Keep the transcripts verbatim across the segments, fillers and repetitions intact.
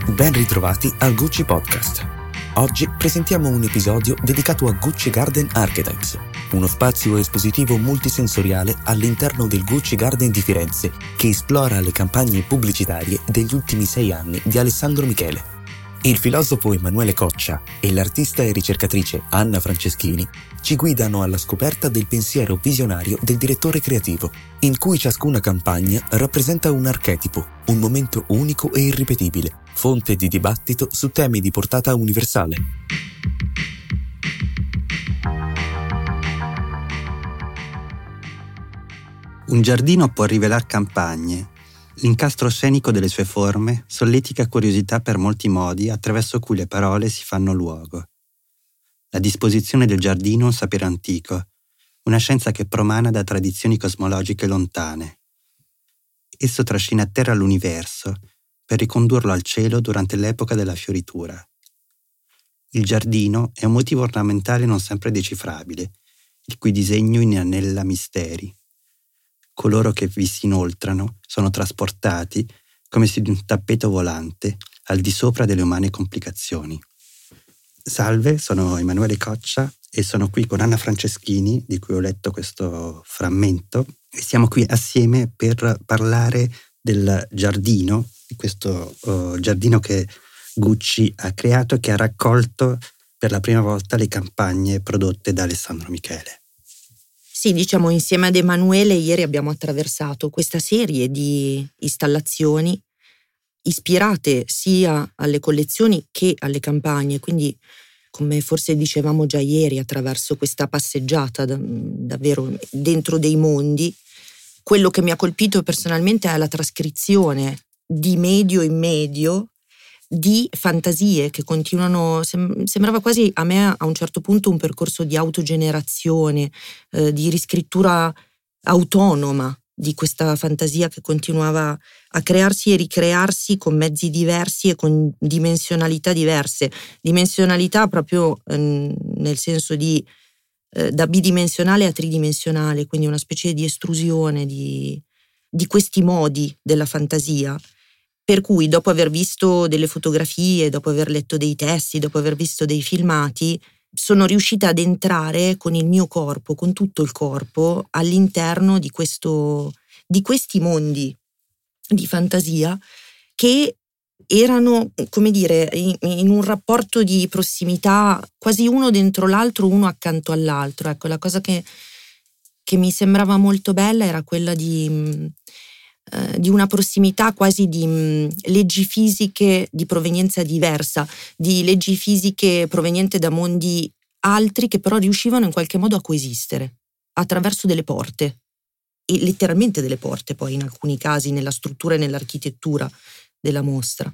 Ben ritrovati al Gucci Podcast. Oggi presentiamo un episodio dedicato a Gucci Garden Archetypes, uno spazio espositivo multisensoriale all'interno del Gucci Garden di Firenze che esplora le campagne pubblicitarie degli ultimi sei anni di Alessandro Michele. Il filosofo Emanuele Coccia e l'artista e ricercatrice Anna Franceschini ci guidano alla scoperta del pensiero visionario del direttore creativo, in cui ciascuna campagna rappresenta un archetipo, un momento unico e irripetibile, fonte di dibattito su temi di portata universale. Un giardino può rivelar campagne. L'incastro scenico delle sue forme solletica curiosità per molti modi attraverso cui le parole si fanno luogo. La disposizione del giardino è un sapere antico, una scienza che promana da tradizioni cosmologiche lontane. Esso trascina a terra l'universo per ricondurlo al cielo durante l'epoca della fioritura. Il giardino è un motivo ornamentale non sempre decifrabile, il cui disegno inanella misteri. Coloro che vi si inoltrano sono trasportati, come se di un tappeto volante, al di sopra delle umane complicazioni. Salve, sono Emanuele Coccia e sono qui con Anna Franceschini, di cui ho letto questo frammento, e siamo qui assieme per parlare del giardino, di questo uh, giardino che Gucci ha creato e che ha raccolto per la prima volta le campagne prodotte da Alessandro Michele. Sì, diciamo insieme ad Emanuele ieri abbiamo attraversato questa serie di installazioni ispirate sia alle collezioni che alle campagne, quindi come forse dicevamo già ieri attraverso questa passeggiata da, davvero dentro dei mondi, quello che mi ha colpito personalmente è la trascrizione di medio in medio di fantasie che continuano, sem- sembrava quasi a me a un certo punto un percorso di autogenerazione, eh, di riscrittura autonoma di questa fantasia che continuava a crearsi e ricrearsi con mezzi diversi e con dimensionalità diverse, dimensionalità proprio eh, nel senso di eh, da bidimensionale a tridimensionale, quindi una specie di estrusione di, di questi modi della fantasia. Per cui dopo aver visto delle fotografie, dopo aver letto dei testi, dopo aver visto dei filmati, sono riuscita ad entrare con il mio corpo, con tutto il corpo, all'interno di questo, di questi mondi di fantasia che erano, come dire, in, in un rapporto di prossimità quasi uno dentro l'altro, uno accanto all'altro. Ecco, la cosa che, che mi sembrava molto bella era quella di... di una prossimità quasi di mh, leggi fisiche di provenienza diversa, di leggi fisiche provenienti da mondi altri che però riuscivano in qualche modo a coesistere attraverso delle porte, e letteralmente delle porte poi in alcuni casi nella struttura e nell'architettura della mostra.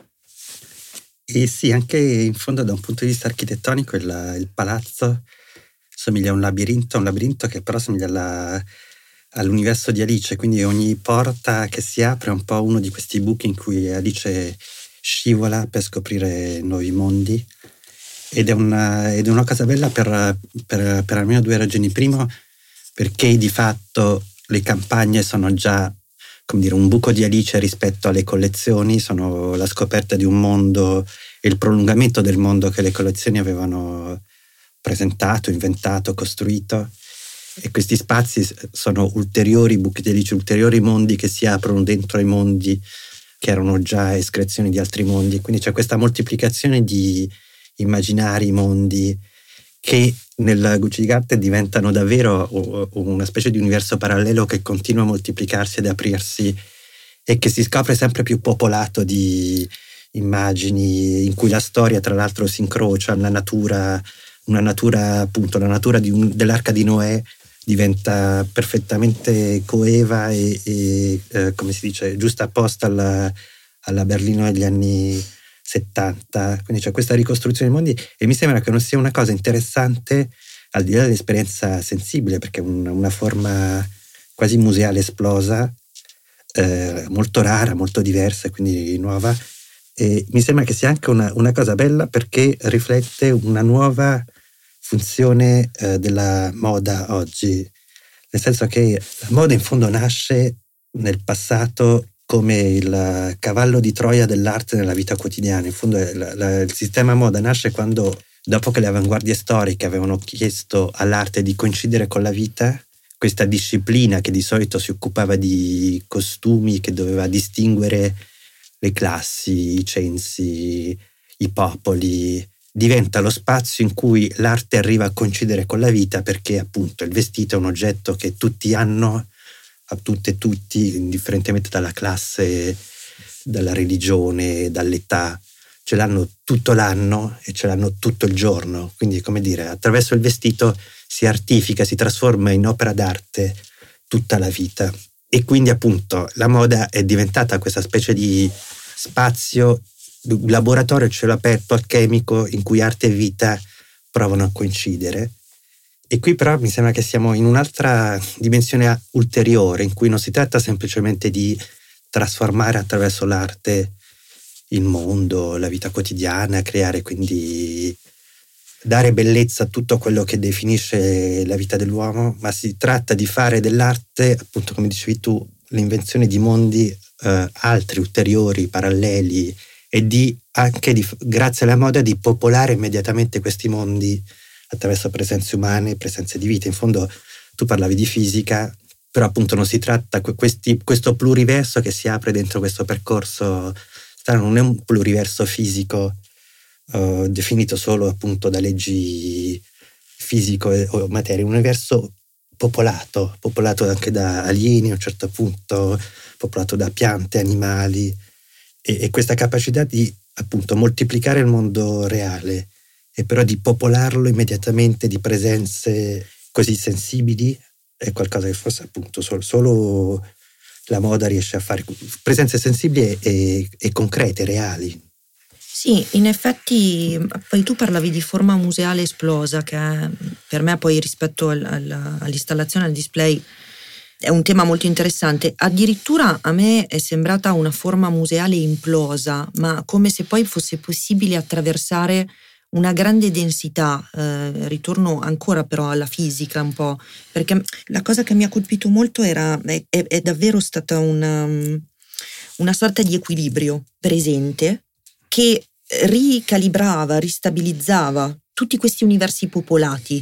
E sì, anche in fondo da un punto di vista architettonico il, il palazzo somiglia a un labirinto, un labirinto che però somiglia alla all'universo di Alice, quindi ogni porta che si apre è un po' uno di questi buchi in cui Alice scivola per scoprire nuovi mondi, ed è una, ed è una cosa bella per, per, per almeno due ragioni. Primo, perché di fatto le campagne sono già, come dire, un buco di Alice rispetto alle collezioni, sono la scoperta di un mondo e il prolungamento del mondo che le collezioni avevano presentato, inventato, costruito. E questi spazi sono ulteriori buchi di Alice, ulteriori mondi che si aprono dentro ai mondi che erano già escrezioni di altri mondi. Quindi c'è questa moltiplicazione di immaginari, mondi, che nel Gucci Garden diventano davvero una specie di universo parallelo che continua a moltiplicarsi ed aprirsi e che si scopre sempre più popolato di immagini, in cui la storia tra l'altro si incrocia, la natura, una natura appunto, la natura di un, dell'Arca di Noè diventa perfettamente coeva e, e eh, come si dice, giusta apposta alla, alla Berlino degli anni settanta. Quindi c'è questa ricostruzione dei mondi e mi sembra che non sia una cosa interessante al di là dell'esperienza sensibile, perché è un, una forma quasi museale esplosa, eh, molto rara, molto diversa, quindi nuova. E mi sembra che sia anche una, una cosa bella perché riflette una nuova funzione eh, della moda oggi, nel senso che la moda in fondo nasce nel passato come il cavallo di Troia dell'arte nella vita quotidiana. In fondo la, la, il sistema moda nasce quando, dopo che le avanguardie storiche avevano chiesto all'arte di coincidere con la vita, questa disciplina che di solito si occupava di costumi, che doveva distinguere le classi, i censi, i popoli, diventa lo spazio in cui l'arte arriva a coincidere con la vita, perché appunto il vestito è un oggetto che tutti hanno, a tutte e tutti, indifferentemente dalla classe, dalla religione, dall'età. Ce l'hanno tutto l'anno e ce l'hanno tutto il giorno. Quindi, come dire, attraverso il vestito si artifica, si trasforma in opera d'arte tutta la vita. E quindi appunto la moda è diventata questa specie di spazio, laboratorio a cielo aperto, alchemico, in cui arte e vita provano a coincidere. E qui però mi sembra che siamo in un'altra dimensione ulteriore, in cui non si tratta semplicemente di trasformare attraverso l'arte il mondo, la vita quotidiana, creare quindi, dare bellezza a tutto quello che definisce la vita dell'uomo, ma si tratta di fare dell'arte, appunto come dicevi tu, l'invenzione di mondi eh, altri, ulteriori, paralleli, e di anche di, grazie alla moda, di popolare immediatamente questi mondi attraverso presenze umane, presenze di vita. In fondo tu parlavi di fisica, però appunto non si tratta, questi, questo pluriverso che si apre dentro questo percorso non è un pluriverso fisico uh, definito solo appunto da leggi fisico o materie, un universo popolato, popolato anche da alieni a un certo punto, popolato da piante, animali, e, e questa capacità di appunto moltiplicare il mondo reale e però di popolarlo immediatamente di presenze così sensibili è qualcosa che forse appunto solo, solo la moda riesce a fare, presenze sensibili e, e concrete, reali. Sì, in effetti poi tu parlavi di forma museale esplosa, che è, per me poi rispetto al, al, all'installazione, al display, è un tema molto interessante. Addirittura a me è sembrata una forma museale implosa, ma come se poi fosse possibile attraversare una grande densità. Eh, ritorno ancora però alla fisica un po', perché la cosa che mi ha colpito molto era è, è, è davvero stata una, una sorta di equilibrio presente che ricalibrava, ristabilizzava tutti questi universi popolati.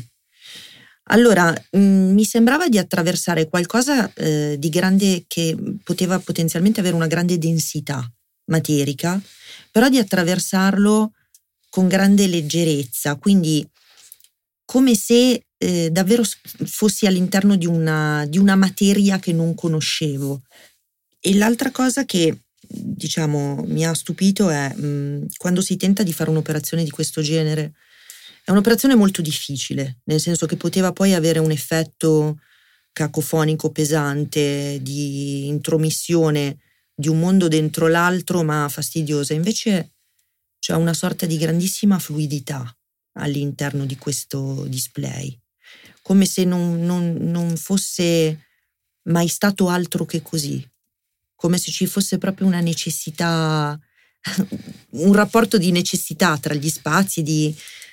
Allora mh, mi sembrava di attraversare qualcosa eh, di grande, che poteva potenzialmente avere una grande densità materica, però di attraversarlo con grande leggerezza, quindi come se eh, davvero fossi all'interno di una, di una materia che non conoscevo. E l'altra cosa che, diciamo, mi ha stupito è mh, quando si tenta di fare un'operazione di questo genere. È un'operazione molto difficile, nel senso che poteva poi avere un effetto cacofonico pesante, di intromissione di un mondo dentro l'altro, ma fastidiosa. Invece c'è una sorta di grandissima fluidità all'interno di questo display, come se non, non, non fosse mai stato altro che così, come se ci fosse proprio una necessità, un rapporto di necessità tra gli spazi, di,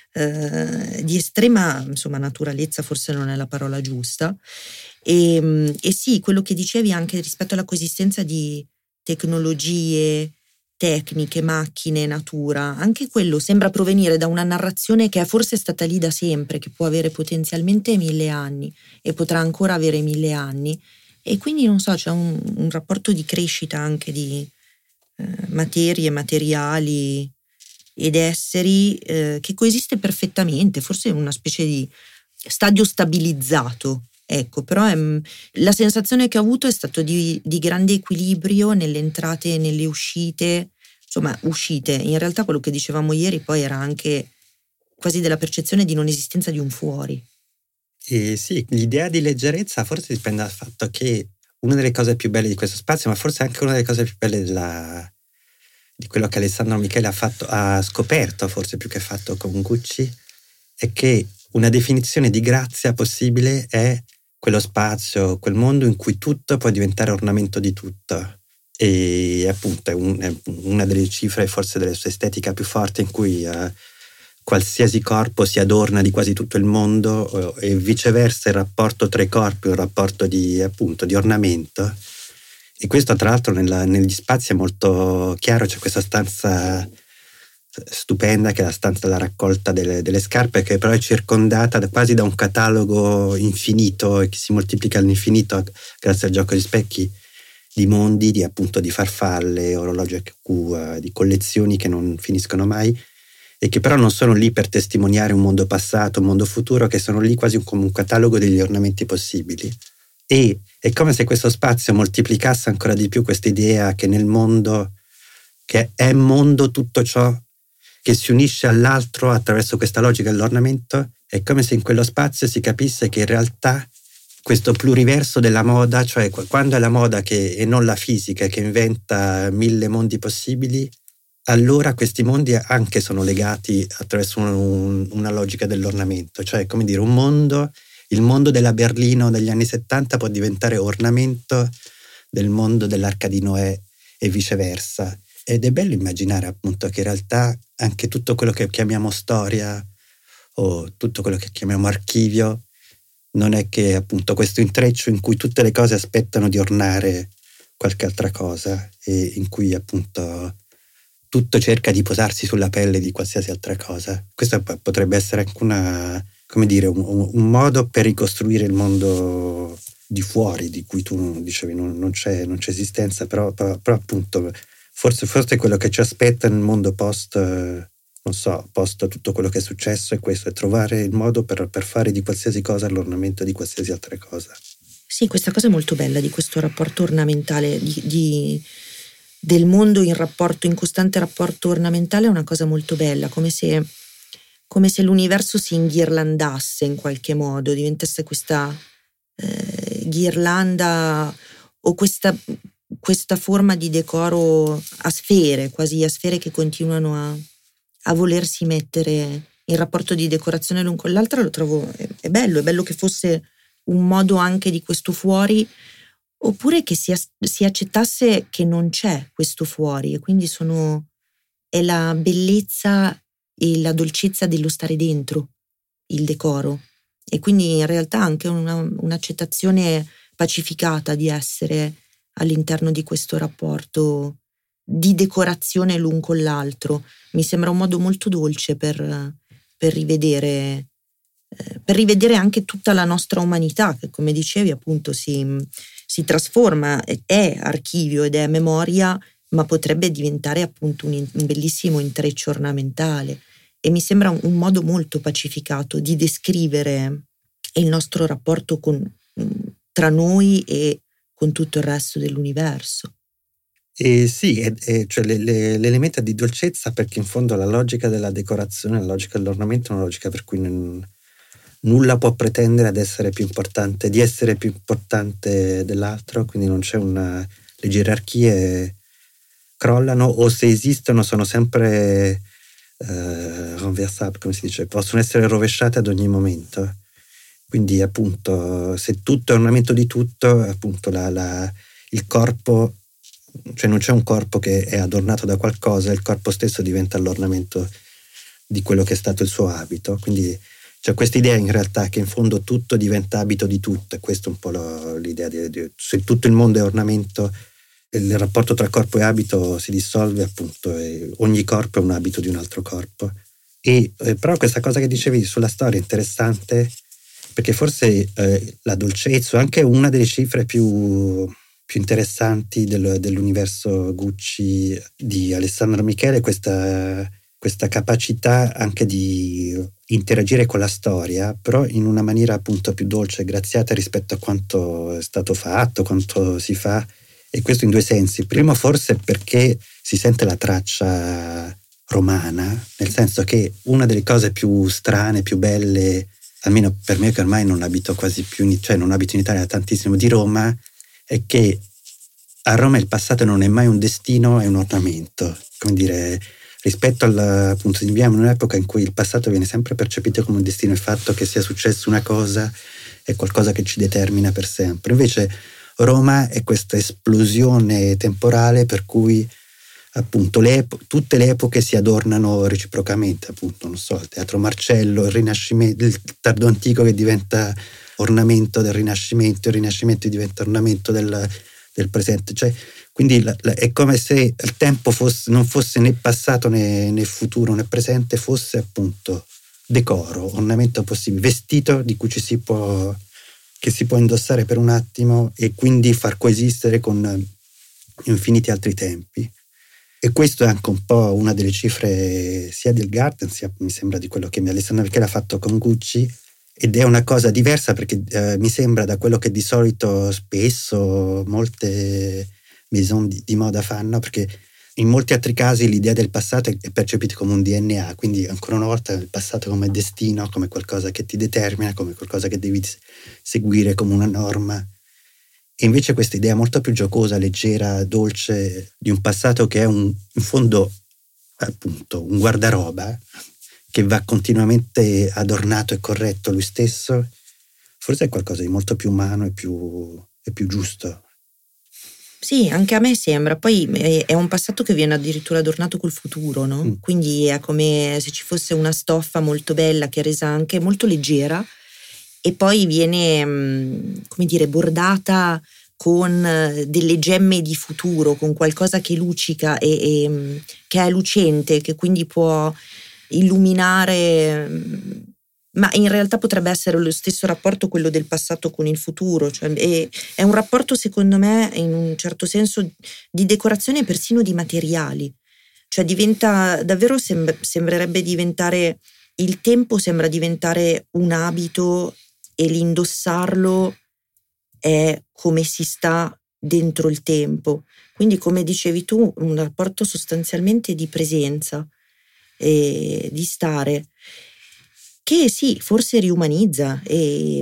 eh, di estrema, insomma, naturalezza, forse non è la parola giusta. E, e sì, quello che dicevi anche rispetto alla coesistenza di tecnologie, tecniche, macchine, natura, anche quello sembra provenire da una narrazione che è forse stata lì da sempre, che può avere potenzialmente mille anni e potrà ancora avere mille anni, e quindi non so, c'è un, un rapporto di crescita anche di eh, materie, materiali ed esseri eh, che coesiste perfettamente, forse una specie di stadio stabilizzato. Ecco, però è, la sensazione che ho avuto è stato di, di grande equilibrio nelle entrate e nelle uscite, insomma uscite. In realtà quello che dicevamo ieri poi era anche quasi della percezione di non esistenza di un fuori. E sì, l'idea di leggerezza forse dipende dal fatto che una delle cose più belle di questo spazio, ma forse anche una delle cose più belle della, di quello che Alessandro Michele ha, fatto, ha scoperto, forse più che fatto con Gucci, è che una definizione di grazia possibile è quello spazio, quel mondo in cui tutto può diventare ornamento di tutto. E appunto è, un, è una delle cifre, forse della sua estetica più forte, in cui uh, qualsiasi corpo si adorna di quasi tutto il mondo, uh, e viceversa il rapporto tra i corpi è un rapporto di, appunto, di ornamento. E questo tra l'altro nella, negli spazi è molto chiaro, c'è questa stanza stupenda che è la stanza della raccolta delle, delle scarpe, che però è circondata da, quasi da un catalogo infinito e che si moltiplica all'infinito grazie al gioco di specchi, di mondi, di appunto di farfalle, orologi acca cu, di collezioni che non finiscono mai e che però non sono lì per testimoniare un mondo passato, un mondo futuro, che sono lì quasi come un catalogo degli ornamenti possibili. E è come se questo spazio moltiplicasse ancora di più questa idea che nel mondo, che è mondo tutto ciò che si unisce all'altro attraverso questa logica dell'ornamento, è come se in quello spazio si capisse che in realtà questo pluriverso della moda, cioè quando è la moda che, e non la fisica che inventa mille mondi possibili, allora questi mondi anche sono legati attraverso un, un, una logica dell'ornamento, cioè come dire un mondo, il mondo della Berlino degli anni settanta può diventare ornamento del mondo dell'Arca di Noè e viceversa. Ed è bello immaginare appunto che in realtà anche tutto quello che chiamiamo storia o tutto quello che chiamiamo archivio non è che appunto questo intreccio in cui tutte le cose aspettano di ornare qualche altra cosa e in cui appunto tutto cerca di posarsi sulla pelle di qualsiasi altra cosa. Questo potrebbe essere anche una, come dire, un, un modo per ricostruire il mondo di fuori, di cui tu dicevi non, non, c'è, non c'è esistenza, però, però, però appunto forse, forse quello che ci aspetta nel mondo post, non so, post tutto quello che è successo è questo, è trovare il modo per, per fare di qualsiasi cosa l'ornamento di qualsiasi altra cosa. Sì, questa cosa è molto bella di questo rapporto ornamentale, di... di... del mondo in rapporto, in costante rapporto ornamentale, è una cosa molto bella, come se, come se l'universo si inghirlandasse in qualche modo, diventasse questa eh, ghirlanda o questa, questa forma di decoro a sfere, quasi a sfere che continuano a, a volersi mettere in rapporto di decorazione l'un con l'altra. Lo trovo, è, è bello, è bello che fosse un modo anche di questo fuori, oppure che si, si accettasse che non c'è questo fuori e quindi sono, è la bellezza e la dolcezza dello stare dentro il decoro e quindi in realtà anche una, un'accettazione pacificata di essere all'interno di questo rapporto di decorazione l'un con l'altro. Mi sembra un modo molto dolce per, per rivedere eh, per rivedere anche tutta la nostra umanità che, come dicevi, appunto si si trasforma, è archivio ed è memoria, ma potrebbe diventare appunto un, un bellissimo intreccio ornamentale e mi sembra un, un modo molto pacificato di descrivere il nostro rapporto con, tra noi e con tutto il resto dell'universo. E sì, è, è, cioè le, le, l'elemento di dolcezza, perché in fondo la logica della decorazione, la logica dell'ornamento è una logica per cui non, nulla può pretendere ad essere più importante, di essere più importante dell'altro, quindi non c'è una, le gerarchie crollano o se esistono sono sempre eh, renversate, come si dice, possono essere rovesciate ad ogni momento. Quindi appunto se tutto è ornamento di tutto, appunto la, la, il corpo, cioè non c'è un corpo che è adornato da qualcosa, il corpo stesso diventa l'ornamento di quello che è stato il suo abito, quindi c'è questa idea in realtà che in fondo tutto diventa abito di tutto, e questa è un po' lo, l'idea di, di se tutto il mondo è ornamento, il rapporto tra corpo e abito si dissolve appunto e ogni corpo è un abito di un altro corpo. E eh, però questa cosa che dicevi sulla storia è interessante perché forse eh, la dolcezza, anche una delle cifre più, più interessanti del, dell'universo Gucci di Alessandro Michele, questa questa capacità anche di interagire con la storia, però in una maniera appunto più dolce e graziata rispetto a quanto è stato fatto, quanto si fa, e questo in due sensi. Primo forse perché si sente la traccia romana, nel senso che una delle cose più strane, più belle, almeno per me che ormai non abito quasi più, in, cioè non abito in Italia da tantissimo, di Roma, è che a Roma il passato non è mai un destino, è un ornamento, come dire, rispetto al, appunto, viviamo in un'epoca in cui il passato viene sempre percepito come un destino, il fatto che sia successo una cosa è qualcosa che ci determina per sempre. Invece Roma è questa esplosione temporale per cui appunto le, tutte le epoche si adornano reciprocamente, appunto, non so, il Teatro Marcello, il Rinascimento, il tardo antico che diventa ornamento del Rinascimento, il Rinascimento diventa ornamento del, del presente. Cioè, quindi la, la, è come se il tempo fosse, non fosse né passato né, né futuro né presente, fosse appunto decoro, ornamento possibile, vestito di cui ci si può, che si può indossare per un attimo e quindi far coesistere con infiniti altri tempi. E questo è anche un po' una delle cifre sia del Garden, sia mi sembra di quello che mi Alessandra Michele ha fatto con Gucci, ed è una cosa diversa perché eh, mi sembra da quello che di solito spesso molte maison di, di moda fanno, perché in molti altri casi l'idea del passato è percepita come un D N A, quindi ancora una volta il passato come destino, come qualcosa che ti determina, come qualcosa che devi seguire come una norma. E invece questa idea molto più giocosa, leggera, dolce di un passato che è un, in fondo appunto un guardaroba che va continuamente adornato e corretto lui stesso, forse è qualcosa di molto più umano e più, e più giusto. Sì, anche a me sembra. Poi è un passato che viene addirittura adornato col futuro, no? Mm. Quindi è come se ci fosse una stoffa molto bella che è resa anche molto leggera e poi viene, come dire, bordata con delle gemme di futuro, con qualcosa che luccica e, e che è lucente, che quindi può illuminare, ma in realtà potrebbe essere lo stesso rapporto quello del passato con il futuro, cioè è, è un rapporto secondo me in un certo senso di decorazione e persino di materiali, cioè diventa davvero sem- sembrerebbe diventare, il tempo sembra diventare un abito e l'indossarlo è come si sta dentro il tempo, quindi come dicevi tu un rapporto sostanzialmente di presenza e di stare, che sì, forse riumanizza e,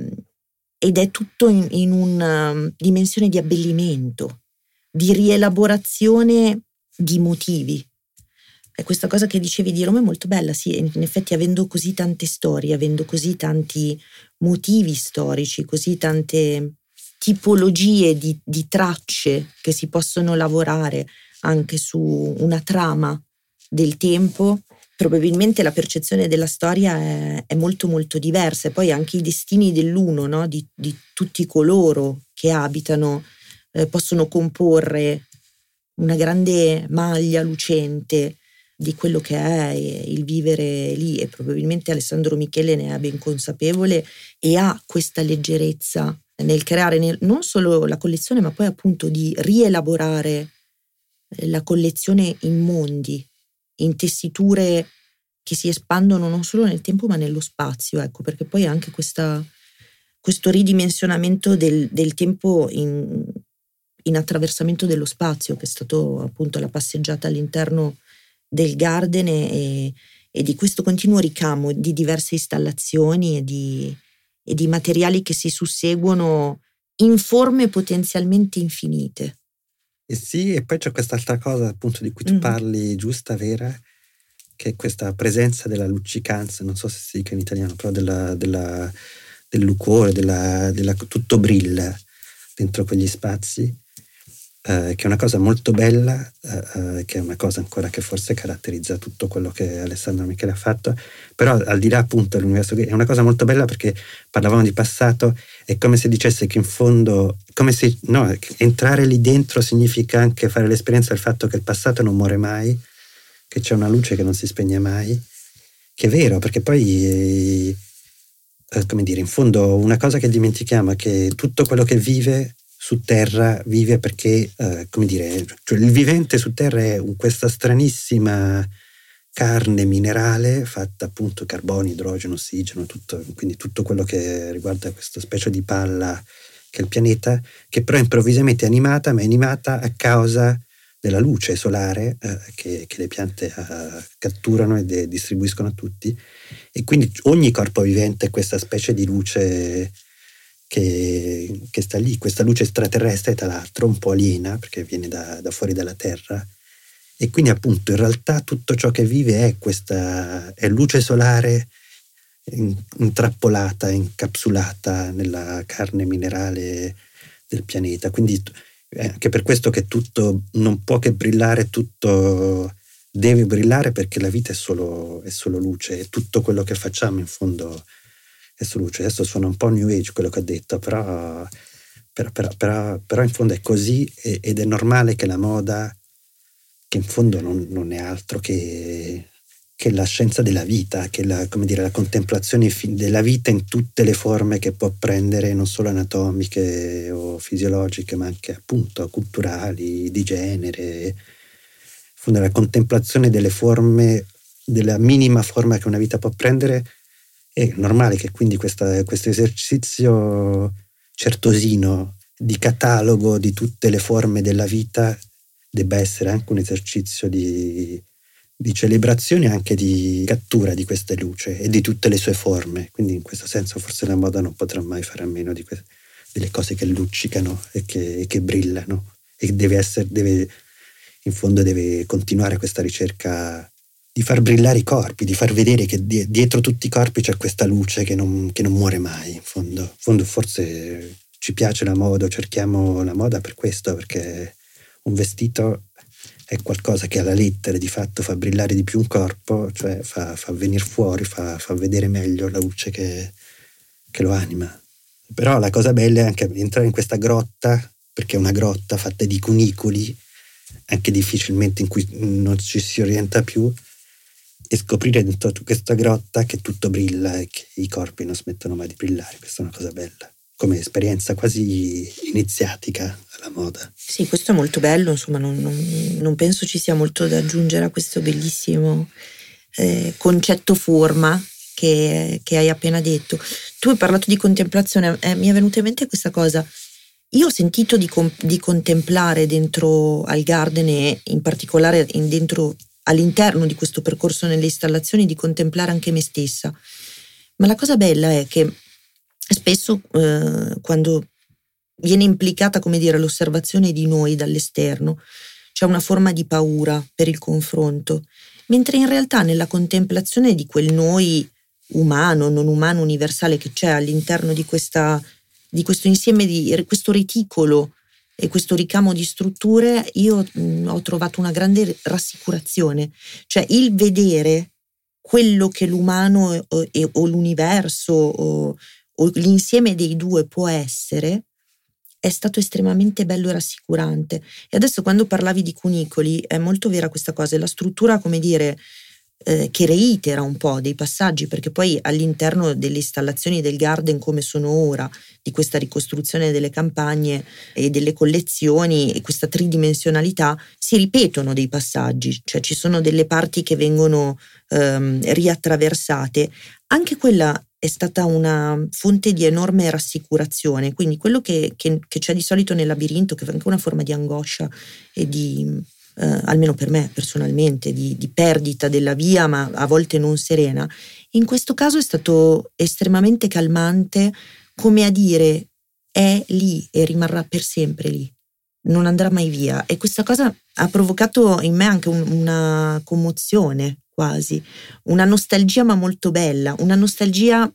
ed è tutto in, in una dimensione di abbellimento, di rielaborazione di motivi. E questa cosa che dicevi di Roma è molto bella, sì, in effetti avendo così tante storie, avendo così tanti motivi storici, così tante tipologie di, di tracce che si possono lavorare anche su una trama del tempo, probabilmente la percezione della storia è, è molto molto diversa e poi anche i destini dell'uno, no? di, di tutti coloro che abitano eh, possono comporre una grande maglia lucente di quello che è il vivere lì, e probabilmente Alessandro Michele ne è ben consapevole e ha questa leggerezza nel creare nel, non solo la collezione ma poi appunto di rielaborare la collezione in mondi, in tessiture che si espandono non solo nel tempo ma nello spazio, ecco, perché poi anche questa, questo ridimensionamento del, del tempo in, in attraversamento dello spazio, che è stato appunto la passeggiata all'interno del Garden e, e di questo continuo ricamo di diverse installazioni e di, e di materiali che si susseguono in forme potenzialmente infinite. E sì, e poi c'è quest'altra cosa appunto di cui tu mm. parli, giusta, vera, che è questa presenza della luccicanza, non so se si dica in italiano, però della, della, del lucore, della, della, tutto brilla dentro quegli spazi, eh, che è una cosa molto bella, eh, che è una cosa ancora che forse caratterizza tutto quello che Alessandro Michele ha fatto, però al di là appunto dell'universo, è una cosa molto bella perché parlavamo di passato, è come se dicesse che in fondo, come se no, entrare lì dentro significa anche fare l'esperienza del fatto che il passato non muore mai, che c'è una luce che non si spegne mai, che è vero, perché poi eh, come dire, in fondo una cosa che dimentichiamo è che tutto quello che vive su terra vive perché, eh, come dire, cioè il vivente su terra è questa stranissima carne minerale fatta appunto carbonio, idrogeno, ossigeno, tutto, quindi tutto quello che riguarda questa specie di palla che è il pianeta, che però improvvisamente è animata, ma è animata a causa della luce solare eh, che, che le piante eh, catturano e de- distribuiscono a tutti, e quindi ogni corpo vivente è questa specie di luce che, che sta lì, questa luce extraterrestre, tra l'altro un po' aliena perché viene da, da fuori dalla Terra, e quindi appunto in realtà tutto ciò che vive è questa è luce solare intrappolata, incapsulata nella carne minerale del pianeta, quindi è anche per questo che tutto non può che brillare, tutto deve brillare, perché la vita è solo, è solo luce, e tutto quello che facciamo in fondo è solo luce. Adesso suona un po' New Age quello che ho detto, però però, però, però, però in fondo è così, ed è normale che la moda, che in fondo non, non è altro che, che la scienza della vita, che la, come dire, la contemplazione della vita in tutte le forme che può prendere, non solo anatomiche o fisiologiche, ma anche appunto culturali, di genere. In fondo la contemplazione delle forme, della minima forma che una vita può prendere. È normale che quindi questa, questo esercizio certosino di catalogo di tutte le forme della vita debba essere anche un esercizio di, di celebrazione, anche di cattura di questa luce e di tutte le sue forme. Quindi in questo senso forse la moda non potrà mai fare a meno di que- delle cose che luccicano e che, e che brillano, e deve essere, deve, in fondo deve continuare questa ricerca di far brillare i corpi, di far vedere che dietro tutti i corpi c'è questa luce che non, che non muore mai. In fondo. In fondo forse ci piace la moda, cerchiamo la moda per questo, perché un vestito è qualcosa che alla lettera di fatto fa brillare di più un corpo, cioè fa, fa venire fuori, fa, fa vedere meglio la luce che, che lo anima. Però la cosa bella è anche entrare in questa grotta, perché è una grotta fatta di cunicoli, anche difficilmente in cui non ci si orienta più, e scoprire dentro questa grotta che tutto brilla e che i corpi non smettono mai di brillare. Questa è una cosa bella, come esperienza quasi iniziatica alla moda. Sì, questo è molto bello, insomma, non, non, non penso ci sia molto da aggiungere a questo bellissimo eh, concetto forma che, che hai appena detto. Tu hai parlato di contemplazione, eh, mi è venuta in mente questa cosa. Io ho sentito di, com- di contemplare dentro al Garden, e in particolare in dentro all'interno di questo percorso nelle installazioni, di contemplare anche me stessa. Ma la cosa bella è che spesso eh, quando viene implicata, come dire, l'osservazione di noi dall'esterno, c'è una forma di paura per il confronto, mentre in realtà nella contemplazione di quel noi umano, non umano, universale che c'è all'interno di questa, di questo insieme, di questo reticolo e questo ricamo di strutture, io mh, ho trovato una grande rassicurazione, cioè il vedere quello che l'umano o, e, o l'universo o, o l'insieme dei due può essere è stato estremamente bello e rassicurante. E adesso quando parlavi di cunicoli è molto vera questa cosa, è la struttura, come dire, eh, che reitera un po' dei passaggi, perché poi all'interno delle installazioni del Garden come sono ora, di questa ricostruzione delle campagne e delle collezioni e questa tridimensionalità, si ripetono dei passaggi, cioè ci sono delle parti che vengono ehm, riattraversate. Anche quella è stata una fonte di enorme rassicurazione, quindi quello che, che, che c'è di solito nel labirinto, che è anche una forma di angoscia e di, eh, almeno per me personalmente, di, di perdita della via, ma a volte non serena, in questo caso è stato estremamente calmante, come a dire è lì e rimarrà per sempre lì, non andrà mai via. E questa cosa ha provocato in me anche un, una commozione, quasi una nostalgia, ma molto bella, una nostalgia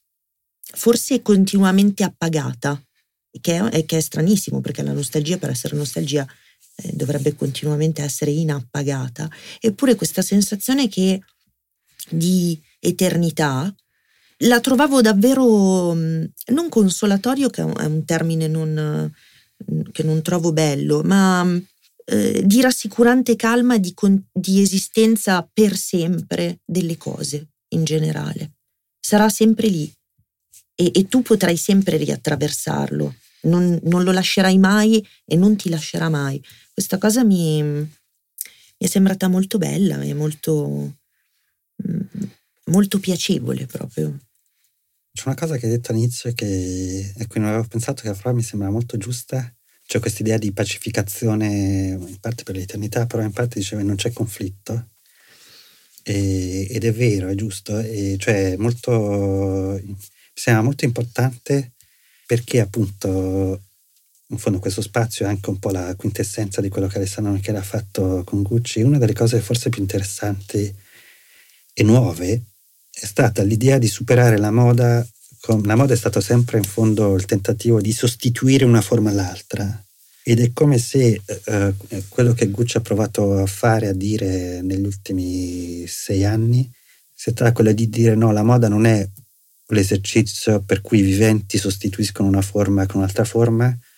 forse continuamente appagata, che è, che è stranissimo, perché la nostalgia, per essere nostalgia, eh, dovrebbe continuamente essere inappagata. Eppure questa sensazione che di eternità la trovavo davvero non consolatorio, che è un termine non, che non trovo bello, ma eh, di rassicurante calma, di, di esistenza per sempre delle cose in generale. Sarà sempre lì e, e tu potrai sempre riattraversarlo, non, non lo lascerai mai e non ti lascerà mai. Questa cosa mi, mi è sembrata molto bella e molto, molto piacevole proprio. C'è una cosa che hai detto all'inizio che, a cui non avevo pensato, che però mi sembra molto giusta, cioè questa idea di pacificazione, in parte per l'eternità, però in parte diceva che non c'è conflitto, e, ed è vero, è giusto, e cioè molto, mi sembra molto importante, perché appunto in fondo questo spazio è anche un po' la quintessenza di quello che Alessandro Michele ha fatto con Gucci. Una delle cose forse più interessanti e nuove è stata l'idea di superare la moda. La moda è stato sempre in fondo il tentativo di sostituire una forma all'altra, ed è come se eh, quello che Gucci ha provato a fare, a dire negli ultimi sei anni, sia stato quello di dire no, la moda non è l'esercizio per cui i viventi sostituiscono una forma con un'altra forma,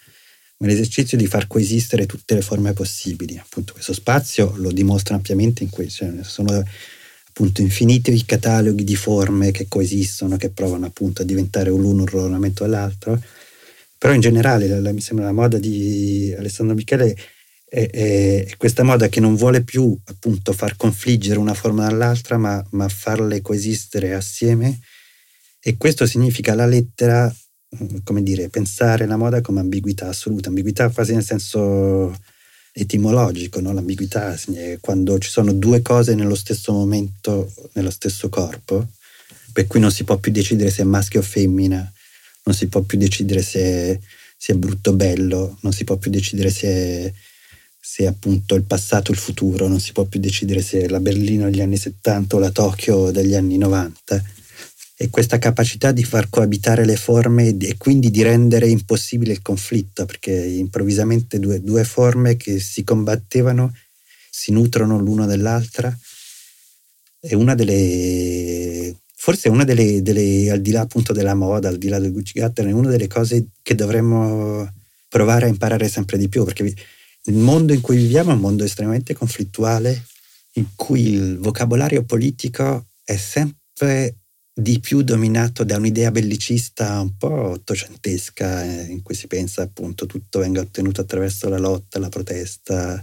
ma l'esercizio di far coesistere tutte le forme possibili. Appunto questo spazio lo dimostra ampiamente in questo, cioè sono appunto infiniti i cataloghi di forme che coesistono, che provano appunto a diventare l'uno un ornamento all'altro, però in generale la, la, mi sembra la moda di Alessandro Michele è, è, è questa moda che non vuole più appunto far confliggere una forma dall'altra, ma, ma farle coesistere assieme, e questo significa alla lettera, come dire, pensare la moda come ambiguità assoluta, ambiguità quasi nel senso etimologico, no? L'ambiguità è quando ci sono due cose nello stesso momento, nello stesso corpo, per cui non si può più decidere se è maschio o femmina, non si può più decidere se, se è brutto o bello, non si può più decidere se è, se è appunto il passato o il futuro, non si può più decidere se è la Berlino degli anni settanta o la Tokyo degli anni novanta. E questa capacità di far coabitare le forme e quindi di rendere impossibile il conflitto, perché improvvisamente due, due forme che si combattevano si nutrono l'una dell'altra, è una delle, forse è una delle, delle, al di là appunto della moda, al di là del Gucci Garden, è una delle cose che dovremmo provare a imparare sempre di più, perché il mondo in cui viviamo è un mondo estremamente conflittuale, in cui il vocabolario politico è sempre di più dominato da un'idea bellicista un po' ottocentesca, eh, in cui si pensa appunto tutto venga ottenuto attraverso la lotta, la protesta,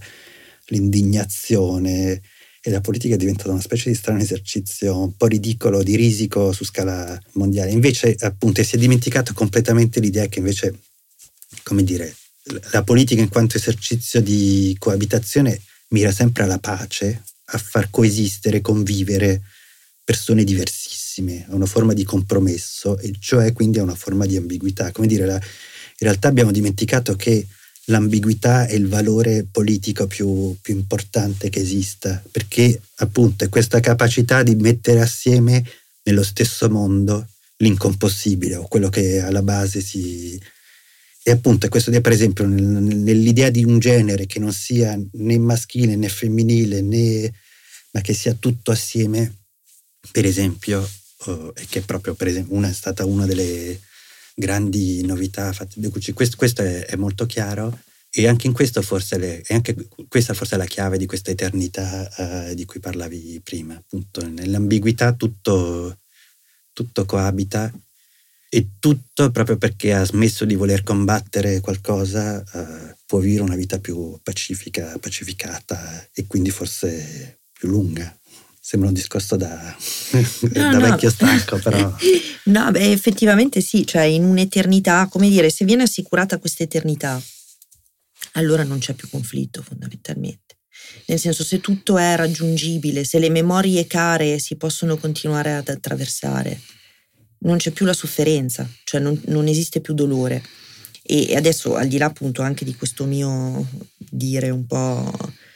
l'indignazione, e la politica è diventata una specie di strano esercizio un po' ridicolo, di risico su scala mondiale. Invece appunto si è dimenticato completamente l'idea che invece, come dire, la politica in quanto esercizio di coabitazione mira sempre alla pace, a far coesistere, convivere persone diversissime, a una forma di compromesso, e cioè quindi a una forma di ambiguità. Come dire, la, in realtà abbiamo dimenticato che l'ambiguità è il valore politico più, più importante che esista, perché appunto è questa capacità di mettere assieme nello stesso mondo l'incompossibile, o quello che alla base si... E appunto è questo, per esempio, nell'idea di un genere che non sia né maschile né femminile, né, ma che sia tutto assieme. Per esempio, uh, e che proprio per esempio una è stata una delle grandi novità fatte da Gucci. Questo, questo è, è molto chiaro, e anche in questo forse le, e anche questa forse è la chiave di questa eternità uh, di cui parlavi prima. Appunto, nell'ambiguità tutto, tutto coabita, e tutto, proprio perché ha smesso di voler combattere qualcosa, uh, può vivere una vita più pacifica, pacificata, e quindi forse più lunga. Sembra un discorso da, no, da no. vecchio stanco, però... No, beh, effettivamente sì, cioè in un'eternità, come dire, se viene assicurata questa eternità, allora non c'è più conflitto fondamentalmente. Nel senso, se tutto è raggiungibile, se le memorie care si possono continuare ad attraversare, non c'è più la sofferenza, cioè non, non esiste più dolore. E adesso, al di là appunto anche di questo mio dire un po'...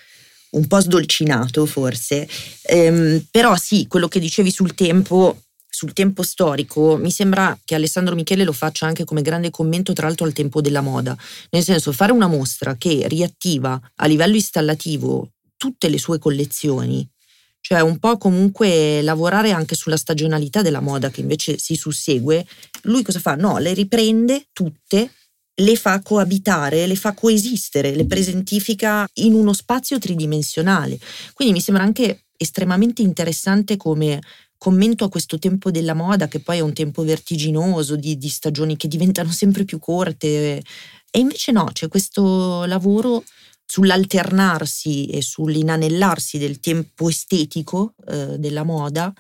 un po' sdolcinato forse, ehm, però sì, quello che dicevi sul tempo, sul tempo storico, mi sembra che Alessandro Michele lo faccia anche come grande commento tra l'altro al tempo della moda, nel senso, fare una mostra che riattiva a livello installativo tutte le sue collezioni, cioè un po' comunque lavorare anche sulla stagionalità della moda che invece si sussegue. Lui cosa fa? No, le riprende tutte, le fa coabitare, le fa coesistere, le presentifica in uno spazio tridimensionale. Quindi mi sembra anche estremamente interessante come commento a questo tempo della moda, che poi è un tempo vertiginoso, di, di stagioni che diventano sempre più corte. E invece no, c'è questo lavoro sull'alternarsi e sull'inanellarsi del tempo estetico eh, della moda,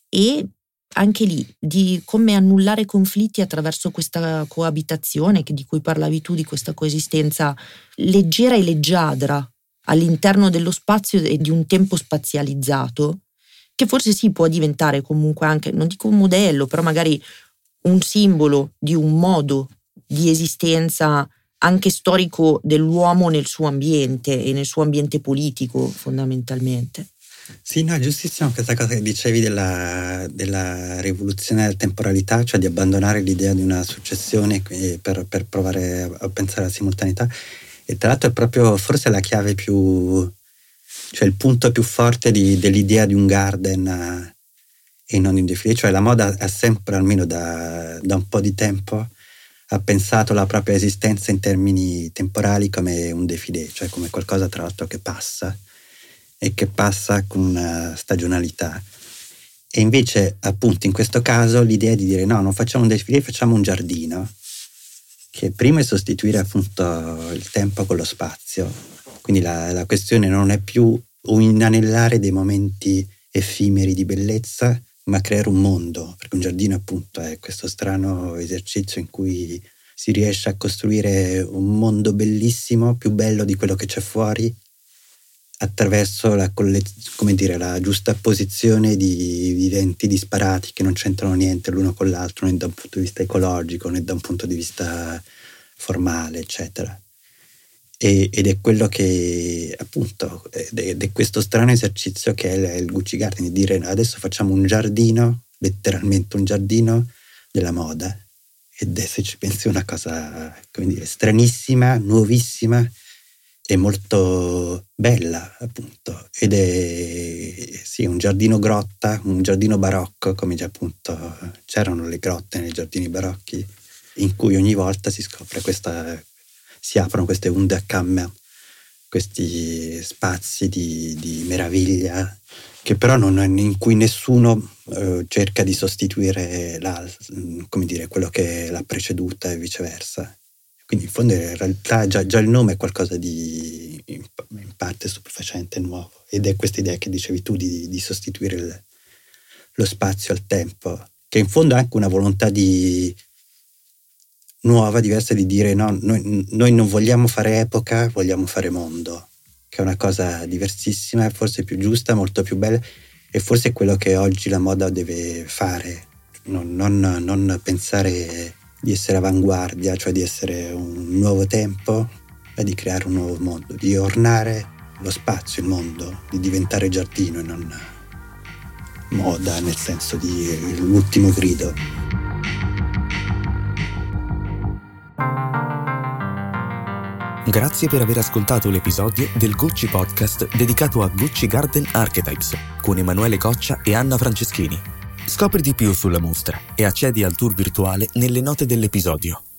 e anche lì di come annullare conflitti attraverso questa coabitazione che di cui parlavi tu, di questa coesistenza leggera e leggiadra all'interno dello spazio e di un tempo spazializzato, che forse sì può diventare comunque anche, non dico un modello, però magari un simbolo di un modo di esistenza anche storico dell'uomo nel suo ambiente e nel suo ambiente politico fondamentalmente. Sì, no, è giustissimo questa cosa che dicevi della, della rivoluzione della temporalità, cioè di abbandonare l'idea di una successione per, per provare a pensare alla simultaneità. E tra l'altro è proprio forse la chiave più, cioè il punto più forte di, dell'idea di un garden e non di un defilé. Cioè la moda ha sempre, almeno da, da un po' di tempo, ha pensato la propria esistenza in termini temporali come un défilé, cioè come qualcosa tra l'altro che passa e che passa con una stagionalità. E invece appunto in questo caso l'idea di dire no, non facciamo un défilé, facciamo un giardino, che prima è sostituire appunto il tempo con lo spazio. Quindi la, la questione non è più un inanellare dei momenti effimeri di bellezza, ma creare un mondo, perché un giardino appunto è questo strano esercizio in cui si riesce a costruire un mondo bellissimo, più bello di quello che c'è fuori, attraverso la, come dire, la giustapposizione di viventi disparati che non c'entrano niente l'uno con l'altro, né da un punto di vista ecologico né da un punto di vista formale, eccetera. E, ed è quello che appunto ed è questo strano esercizio che è il Gucci Garden, di dire adesso facciamo un giardino, letteralmente un giardino della moda, ed è, se ci pensi, una cosa, come dire, stranissima, nuovissima e molto bella, appunto. Ed è sì, un giardino grotta, un giardino barocco, come già appunto c'erano le grotte nei giardini barocchi, in cui ogni volta si scopre questa, si aprono queste Wunderkammer, questi spazi di, di meraviglia, che però non, in cui nessuno eh, cerca di sostituire la, come dire, quello che l'ha preceduta e viceversa. Quindi in fondo in realtà già, già il nome è qualcosa di in, in parte stupefacente e nuovo, ed è questa idea che dicevi tu di, di sostituire il, lo spazio al tempo, che in fondo è anche una volontà di nuova, diversa, di dire no, noi, noi non vogliamo fare epoca, vogliamo fare mondo, che è una cosa diversissima, forse più giusta, molto più bella, e forse è quello che oggi la moda deve fare, non, non, non pensare di essere avanguardia, cioè di essere un nuovo tempo, ma di creare un nuovo mondo, di ornare lo spazio, il mondo, di diventare giardino e non moda nel senso di l'ultimo grido. Grazie per aver ascoltato l'episodio del Gucci Podcast dedicato a Gucci Garden Archetypes con Emanuele Coccia e Anna Franceschini. Scopri di più sulla mostra e accedi al tour virtuale nelle note dell'episodio.